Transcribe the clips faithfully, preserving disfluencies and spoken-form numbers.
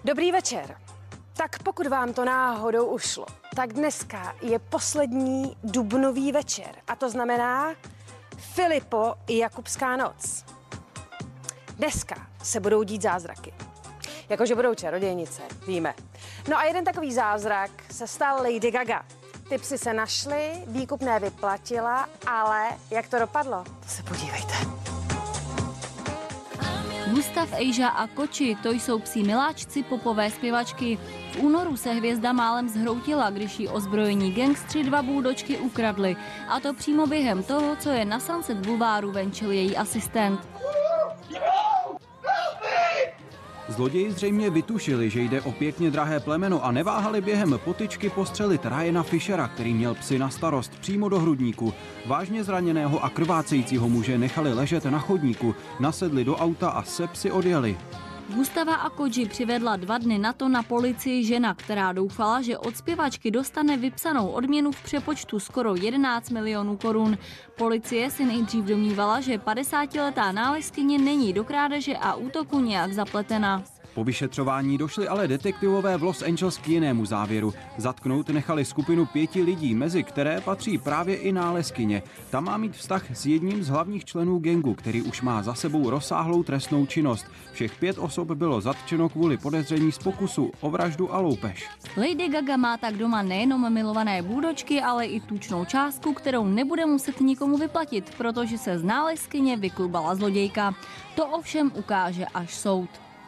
Dobrý večer. Tak pokud vám to náhodou ušlo, tak dneska je poslední dubnový večer. A to znamená Filipo i Jakubská noc. Dneska se budou dít zázraky. Jakože budou čarodějnice, víme. No a jeden takový zázrak se stal Lady Gaga. Ty psy se našly, výkupné vyplatila, ale jak to dopadlo, to se podívejte. Gustav, Ejža a Koči, to jsou psí miláčci popové zpěvačky. V únoru se hvězda málem zhroutila, když jí ozbrojení gangstři dva buldočky ukradli. A to přímo během toho, co je na Sunset Boulevardu venčil její asistent. Zloději zřejmě vytušili, že jde o pěkně drahé plemeno a neváhali během potyčky postřelit Ryana Fishera, který měl psy na starost, přímo do hrudníku. Vážně zraněného a krvácejícího muže nechali ležet na chodníku, nasedli do auta a se psy odjeli. Gustava a Koji přivedla dva dny na to na policii žena, která doufala, že od zpěvačky dostane vypsanou odměnu v přepočtu skoro jedenáct milionů korun. Policie si nejdřív domnívala, že padesátiletá nálezkyně není do krádeže a útoku nějak zapletena. Po vyšetřování došli ale detektivové v Los Angeles k jinému závěru. Zatknout nechali skupinu pěti lidí, mezi které patří právě i nálezkyně. Ta má mít vztah s jedním z hlavních členů gangu, který už má za sebou rozsáhlou trestnou činnost. Všech pět osob bylo zatčeno kvůli podezření z pokusu o vraždu a loupež. Lady Gaga má tak doma nejenom milované buldočky, ale i tučnou částku, kterou nebude muset nikomu vyplatit, protože se z nálezkyně vyklubala zlodějka. To ovšem ukáže až soud.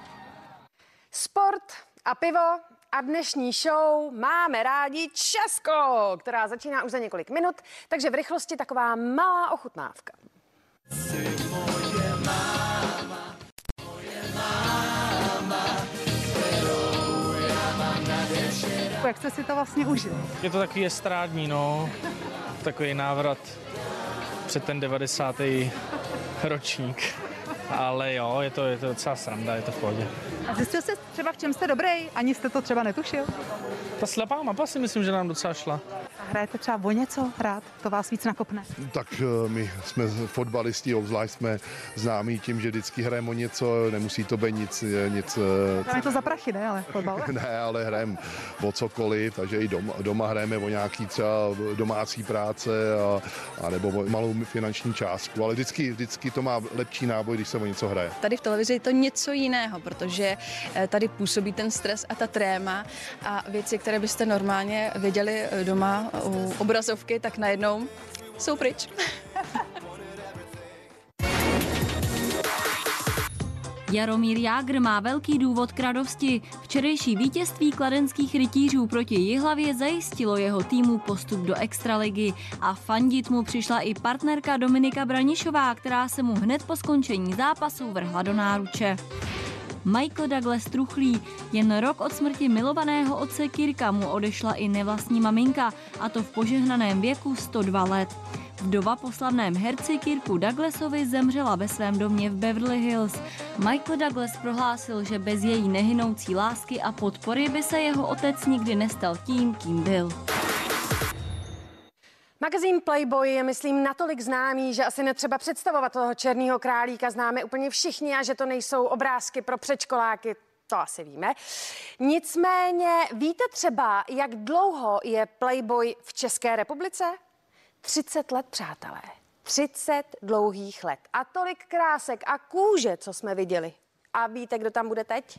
Sport a pivo a dnešní show Máme rádi Česko, která začíná už za několik minut, takže v rychlosti taková malá ochutnávka. Jsi moje máma, moje máma, kterou já mám nade vše. Jak jste si to vlastně užil? Je to takový estrádní, no, takový návrat před ten devadesátý ročník. Ale jo, je to, je to docela sranda, je to v pohodě. A zjistil jste třeba, v čem jste dobrý? Ani jste to třeba netušil? Ta slepá mapa si myslím, že nám docela šla. A hrajete třeba o něco hrát? To vás víc nakopne? Tak my jsme fotbalisti, obzvlášť jsme známí tím, že vždycky hrajeme o něco, nemusí to být nic... nic Tam je to za prachy, ne, ale fotbal? Ne, ale hrajeme o cokoliv, takže i doma, doma hrajeme o nějaký třeba domácí práce a, a nebo o malou finanční částku, ale vždycky, vždycky to má lepší náboj, když se o něco hraje. Tady v televizi je to něco jiného, protože tady působí ten stres a ta tréma a věci, které byste normálně věděli doma u obrazovky, tak najednou jsou pryč. Jaromír Jágr má velký důvod k radosti. Včerejší vítězství kladenských rytířů proti Jihlavě zajistilo jeho týmu postup do extraligy a fandit mu přišla i partnerka Dominika Branišová, která se mu hned po skončení zápasu vrhla do náruče. Michael Douglas truchlí. Jen rok od smrti milovaného otce Kirka mu odešla i nevlastní maminka, a to v požehnaném věku sto dva let. Vdova po slavném herci Kirku Douglasovi zemřela ve svém domě v Beverly Hills. Michael Douglas prohlásil, že bez její nehynoucí lásky a podpory by se jeho otec nikdy nestal tím, kým byl. Magazín Playboy je, myslím, natolik známý, že asi netřeba představovat toho černého králíka, známe úplně všichni, a že to nejsou obrázky pro předškoláky, to asi víme. Nicméně víte třeba, jak dlouho je Playboy v České republice? třicet let, přátelé. třicet dlouhých let. A tolik krásek a kůže, co jsme viděli. A víte, kdo tam bude teď?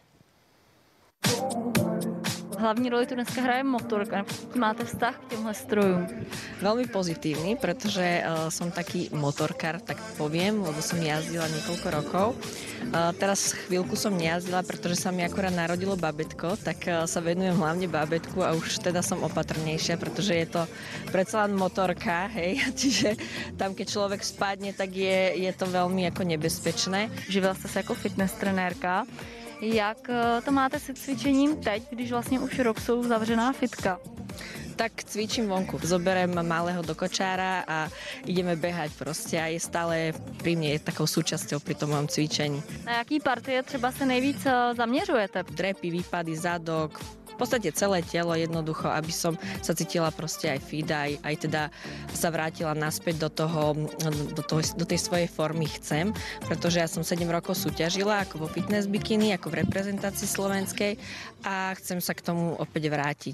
Hlavní roli tu dneska hraje motorka. Máte vztah k těmhle strojům? Veľmi pozitívny, pretože uh, som taký motorkár, tak poviem, lebo som jazdila niekoľko rokov. Uh, teraz chvíľku som nejazdila, pretože sa mi akorát narodilo babetko, tak uh, sa venujem hlavne babetku a už teda som opatrnejšia, pretože je to predsa len motorka, hej, čiže tam, keď človek spadne, tak je, je to veľmi ako nebezpečné. Živila jste se jako fitness trenérka. Jak to máte se cvičením teď, když vlastně už rok jsou zavřená fitka? Tak cvičím vonku. Zoberiem malého do kočára a ideme behať proste a je stále pri mne takou súčasťou pri tom mojom cvičení. Na jaký partie třeba se nejvíc zaměřujete? Drepy, výpady, zadok, podstate celé telo jednoducho, aby som sa cítila proste aj fit, aj, aj teda sa vrátila naspäť do toho, do, toho, do tej svojej formy chcem, pretože ja som sedem rokov súťažila ako vo fitness bikini, ako v reprezentácii slovenskej a chcem sa k tomu opäť vrátiť.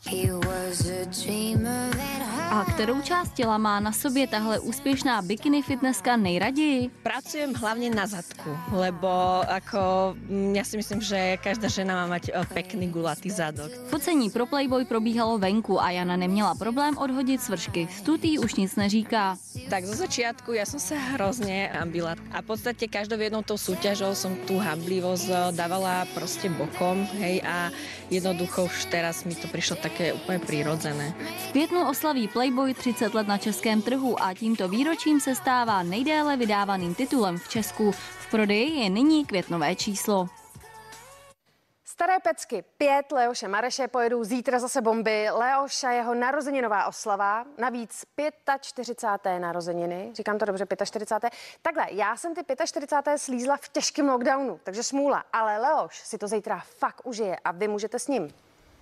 A kterou část těla má na sobě tahle úspěšná bikini fitnesska nejraději? Pracujem hlavne na zadku, lebo ako ja si myslím, že každá žena má mať pekný gulatý zadok. Focení pro Playboy probíhalo venku a Jana neměla problém odhodit svršky. Stutý už nic neříká. Tak zo začiatku ja som sa hrozne hambila a v podstate každou jednou tou súťažou som tú hamblivosť dávala proste bokom, hej, a jednoducho už teraz mi to prišlo také úplne prirodzené. V květnu oslaví Playboy třicet let na českém trhu a tímto výročím se stává nejdéle vydávaným titulem v Česku. V prodeji je nyní květnové číslo. Staré pecky pět Leoše Mareše pojedou zítra zase bomby. Leoša jeho narozeninová oslava, navíc čtyřicáté páté narozeniny. Říkám to dobře, čtyřicáté páté Takhle, já jsem ty čtyřicáté páté slízla v těžkém lockdownu, takže smůla. Ale Leoš si to zítra fakt užije a vy můžete s ním.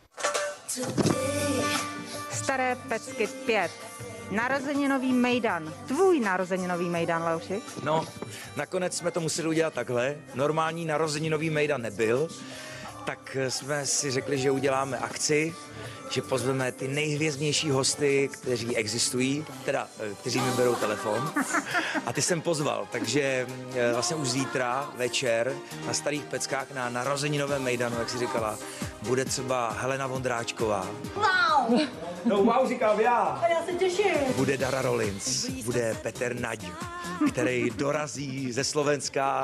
Staré pecky pět. Narozeninový mejdan. Tvůj narozeninový mejdan, Leoši? No, nakonec jsme to museli udělat takhle. Normální narozeninový mejdan nebyl. Tak jsme si řekli, že uděláme akci, že pozveme ty nejhvězdnější hosty, kteří existují, teda kteří mi berou telefon. A ty jsem pozval, takže vlastně už zítra večer na Starých peckách na narozeninovém mejdanu, jak si říkala, bude třeba Helena Vondráčková. Wow! No wow, říkám já. A já se těším. Bude Dara Rollins, bude Petr Naď, který dorazí ze Slovenska.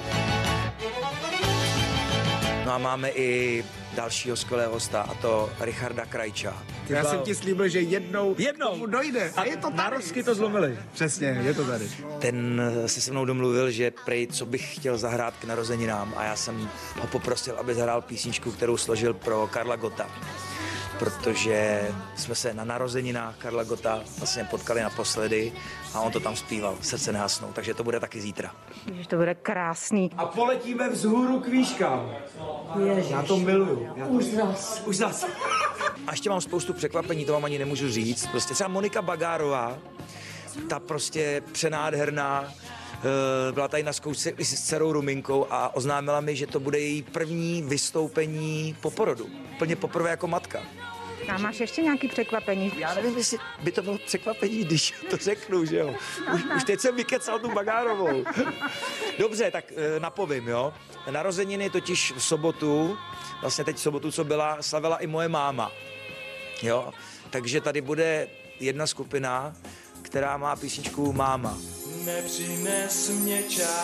No a máme i dalšího skvělého hosta, a to Richarda Krajča. Já jsem ti slíbil, že jednou, jednou dojde. A, a je to tady. Narosky to zlomili. Přesně, je to tady. Ten se se mnou domluvil, že prej, co bych chtěl zahrát k narozeninám, a já jsem ho poprosil, aby zahrál písničku, kterou složil pro Karla Gotta. Protože jsme se na narozeninách Karla Gotta vlastně potkali naposledy a on to tam zpíval, Srdce nehasnou, takže to bude taky zítra. Ježiš, to bude krásný. A poletíme vzhůru k výškám. Ježiš. Já to miluju. Já to... Už zas. Už zas. A ještě mám spoustu překvapení, to vám ani nemůžu říct. Prostě třeba Monika Bagárová, ta prostě přenádherná, byla tady na zkoušce i s dcerou Ruminkou a oznámila mi, že to bude její první vystoupení po porodu. Úplně poprvé jako matka. A máš ještě nějaký překvapení? Já nevím, jestli by to bylo překvapení, když to řeknu, že jo. Už, už teď jsem vykecal tu Bagárovou. Dobře, tak napovím, jo. Narozeniny totiž v sobotu, vlastně teď v sobotu, co byla, slavila i moje máma. Jo, takže tady bude jedna skupina, která má písničku Máma. Nepřines mě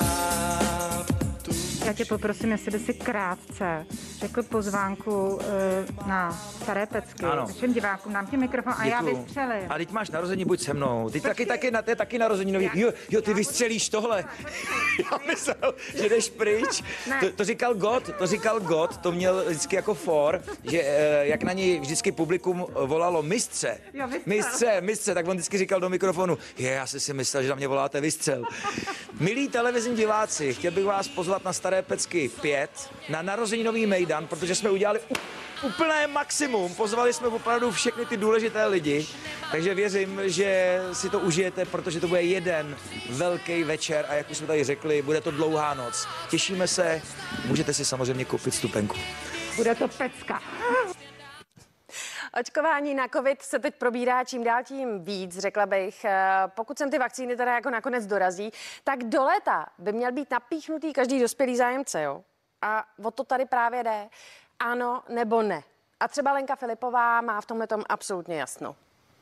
čáp. Já tě poprosím, jestli by si krátce řekl pozvánku e, na Staré pecky. Ano. Všem divákům dám ti mikrofon a Děkuju. já vystřelím. A teď máš narození, buď se mnou. Ty taky, taky, na, ty taky narozeninový. Jo, jo, ty vystřelíš tohle. Já myslel, že jdeš pryč. To, to říkal God, to říkal God, to měl vždycky jako for, že e, jak na něj vždycky publikum volalo mistře. Jo, mistře, mistře, tak on vždycky říkal do mikrofonu, je, já jsem si myslel, že na mě voláte vystřel. Milí televizní diváci, chtěl bych vás pozvat na Staré pecky pět, na narozeninový mejdan, protože jsme udělali úplné maximum. Pozvali jsme opravdu všechny ty důležité lidi, takže věřím, že si to užijete, protože to bude jeden velký večer a jak už jsme tady řekli, bude to dlouhá noc. Těšíme se, můžete si samozřejmě koupit vstupenku. Bude to pecka. Očkování na covid se teď probírá čím dál tím víc, řekla bych. Pokud sem ty vakcíny teda jako nakonec dorazí, tak do léta by měl být napíchnutý každý dospělý zájemce, jo? A o to tady právě jde. Ano nebo ne. A třeba Lenka Filipová má v tomhletom absolutně jasno.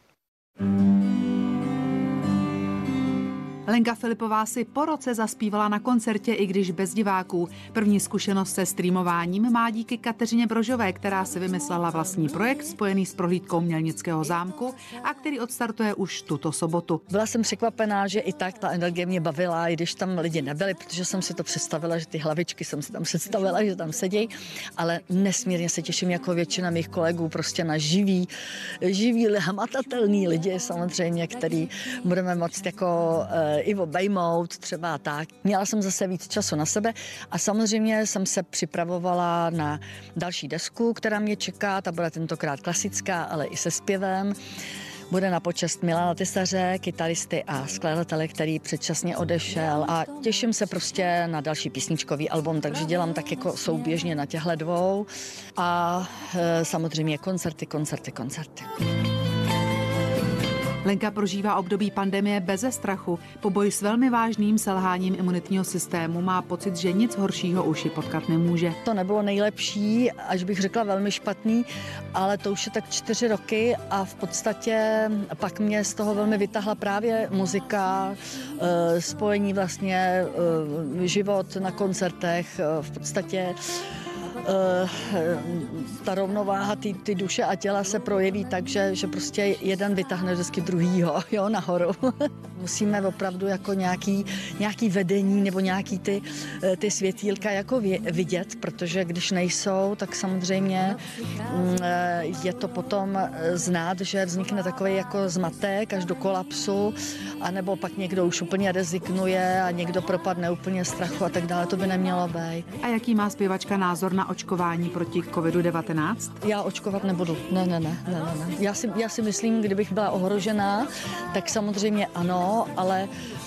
Lenka Filipová si po roce zaspívala na koncertě, i když bez diváků. První zkušenost se streamováním má díky Kateřině Brožové, která si vymyslela vlastní projekt spojený s prohlídkou Mělnického zámku a který odstartuje už tuto sobotu. Byla jsem překvapená, že i tak ta energie mě bavila, i když tam lidi nebyli, protože jsem si to představila, že ty hlavičky jsem si tam představila, že tam sedějí, ale nesmírně se těším jako většina mých kolegů prostě na živý, živý, hmatatelný lidi samozřejmě, který budeme moct jako i obejmout, třeba tak. Měla jsem zase víc času na sebe a samozřejmě jsem se připravovala na další desku, která mě čeká, ta bude tentokrát klasická, ale i se zpěvem. Bude na počest Milana Tesaře, kytaristy a skladatele, který předčasně odešel a těším se prostě na další písničkový album, takže dělám tak jako souběžně na těchto dvou a e, samozřejmě koncerty, koncerty, koncerty. Lenka prožívá období pandemie beze strachu. Po boji s velmi vážným selháním imunitního systému má pocit, že nic horšího už ji potkat nemůže. To nebylo nejlepší, až bych řekla velmi špatný, ale to už je tak čtyři roky a v podstatě pak mě z toho velmi vytáhla právě muzika, spojení vlastně život na koncertech, v podstatě Uh, ta rovnováha ty, ty duše a těla se projeví tak, že, že prostě jeden vytáhne vždycky druhýho, jo, nahoru. Musíme opravdu jako nějaký, nějaký vedení nebo nějaký ty, ty světýlka jako vidět, protože když nejsou, tak samozřejmě je to potom znát, že vznikne takový jako zmatek až do kolapsu, anebo pak někdo už úplně rezignuje a někdo propadne úplně strachu a tak dále. To by nemělo být. A jaký má zpěvačka názor na očkování proti covidu devatenáct? Já očkovat nebudu. Ne, ne, ne, ne, ne. Já si, já si myslím, kdybych byla ohrožená, tak samozřejmě ano, ale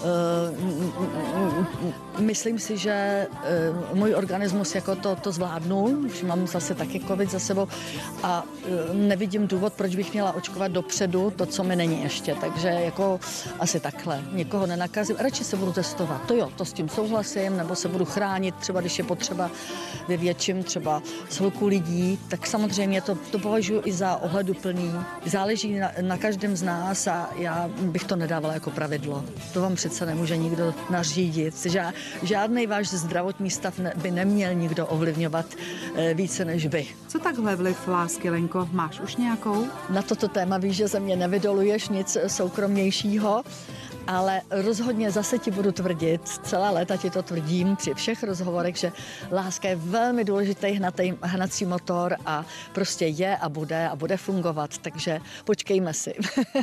uh, myslím si, že uh, můj organismus jako to, to zvládnu, už mám zase taky covid za sebou a uh, nevidím důvod, proč bych měla očkovat dopředu to, co mi není ještě, takže jako asi takhle. Někoho nenakazím, radši se budu testovat. To jo, to s tím souhlasím, nebo se budu chránit, třeba když je potřeba ve větším třeba z hluku lidí, tak samozřejmě to, to považuji i za ohleduplný. Záleží na, na každém z nás a já bych to nedávala jako pravidlo. To vám přece nemůže nikdo nařídit. Ža, žádný váš zdravotní stav ne, by neměl nikdo ovlivňovat e, více než vy. Co takhle vliv lásky, Lenko? Máš už nějakou? Na toto téma víš, že ze mě nevydoluješ nic soukromnějšího, ale rozhodně zase ti budu tvrdit, celá léta ti to tvrdím při všech rozhovorech, že láska je velmi důležitý hnatý, hnací motor a prostě je a bude a bude fungovat, takže počkejme si.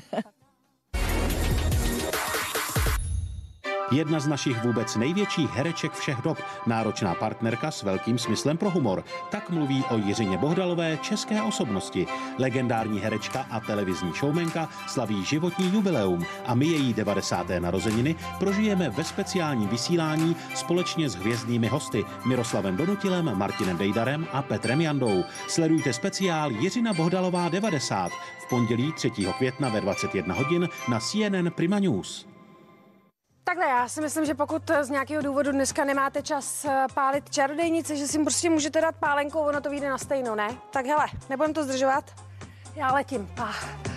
Jedna z našich vůbec největších hereček všech dob, náročná partnerka s velkým smyslem pro humor. Tak mluví o Jiřině Bohdalové, české osobnosti. Legendární herečka a televizní showmanka slaví životní jubileum a my její devadesáté narozeniny prožijeme ve speciálním vysílání společně s hvězdnými hosty Miroslavem Donutilem, Martinem Dejdarem a Petrem Jandou. Sledujte speciál Jiřina Bohdalová devadesát v pondělí třetího května ve dvacet jedna hodin na C N N Prima News. Takhle, já si myslím, že pokud z nějakého důvodu dneska nemáte čas pálit čarodejnice, že si prostě můžete dát pálenkou, ono to vyjde na stejno, ne? Tak hele, nebudem to zdržovat. Já letím. Pá.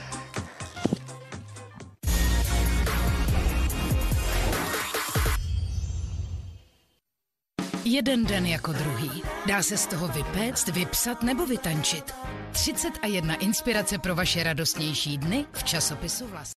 Jeden den jako druhý. Dá se z toho vypéct, vypsat nebo vytančit. třicet jedna inspirace pro vaše radostnější dny v časopisu Vlast.